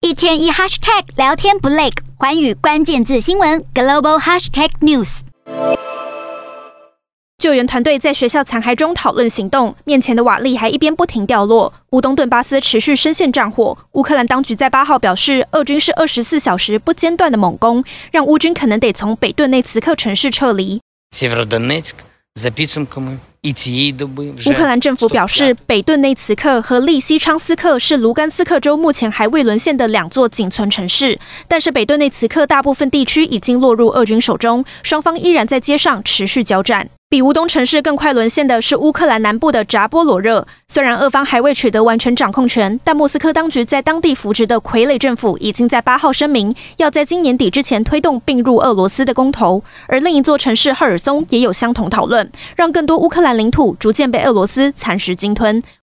一天一 hashtag 聊天不累，寰宇关键字新闻 global hashtag news。 救援团队在学校残骸中讨论行动，面前的瓦砾还一边不停掉落。乌东顿巴斯持续深陷战火，乌克兰当局在8号表示，俄军是24小时不间断的猛攻，让乌军可能得从北顿内茨克城市撤离。乌克兰政府表示，北顿内茨克和利西昌斯克是卢甘斯克州目前还未沦陷的2座仅存城市，但是北顿内茨克大部分地区已经落入俄军手中，双方依然在街上持续交战。比乌东城市更快沦陷的是乌克兰南部的扎波罗热，虽然俄方还未取得完全掌控权，但莫斯科当局在当地扶植的傀儡政府已经在8号声明，要在今年底之前推动并入俄罗斯的公投。而另一座城市赫尔松也有相同讨论，让更多乌克兰领土逐渐被俄罗斯蚕食鲸吞。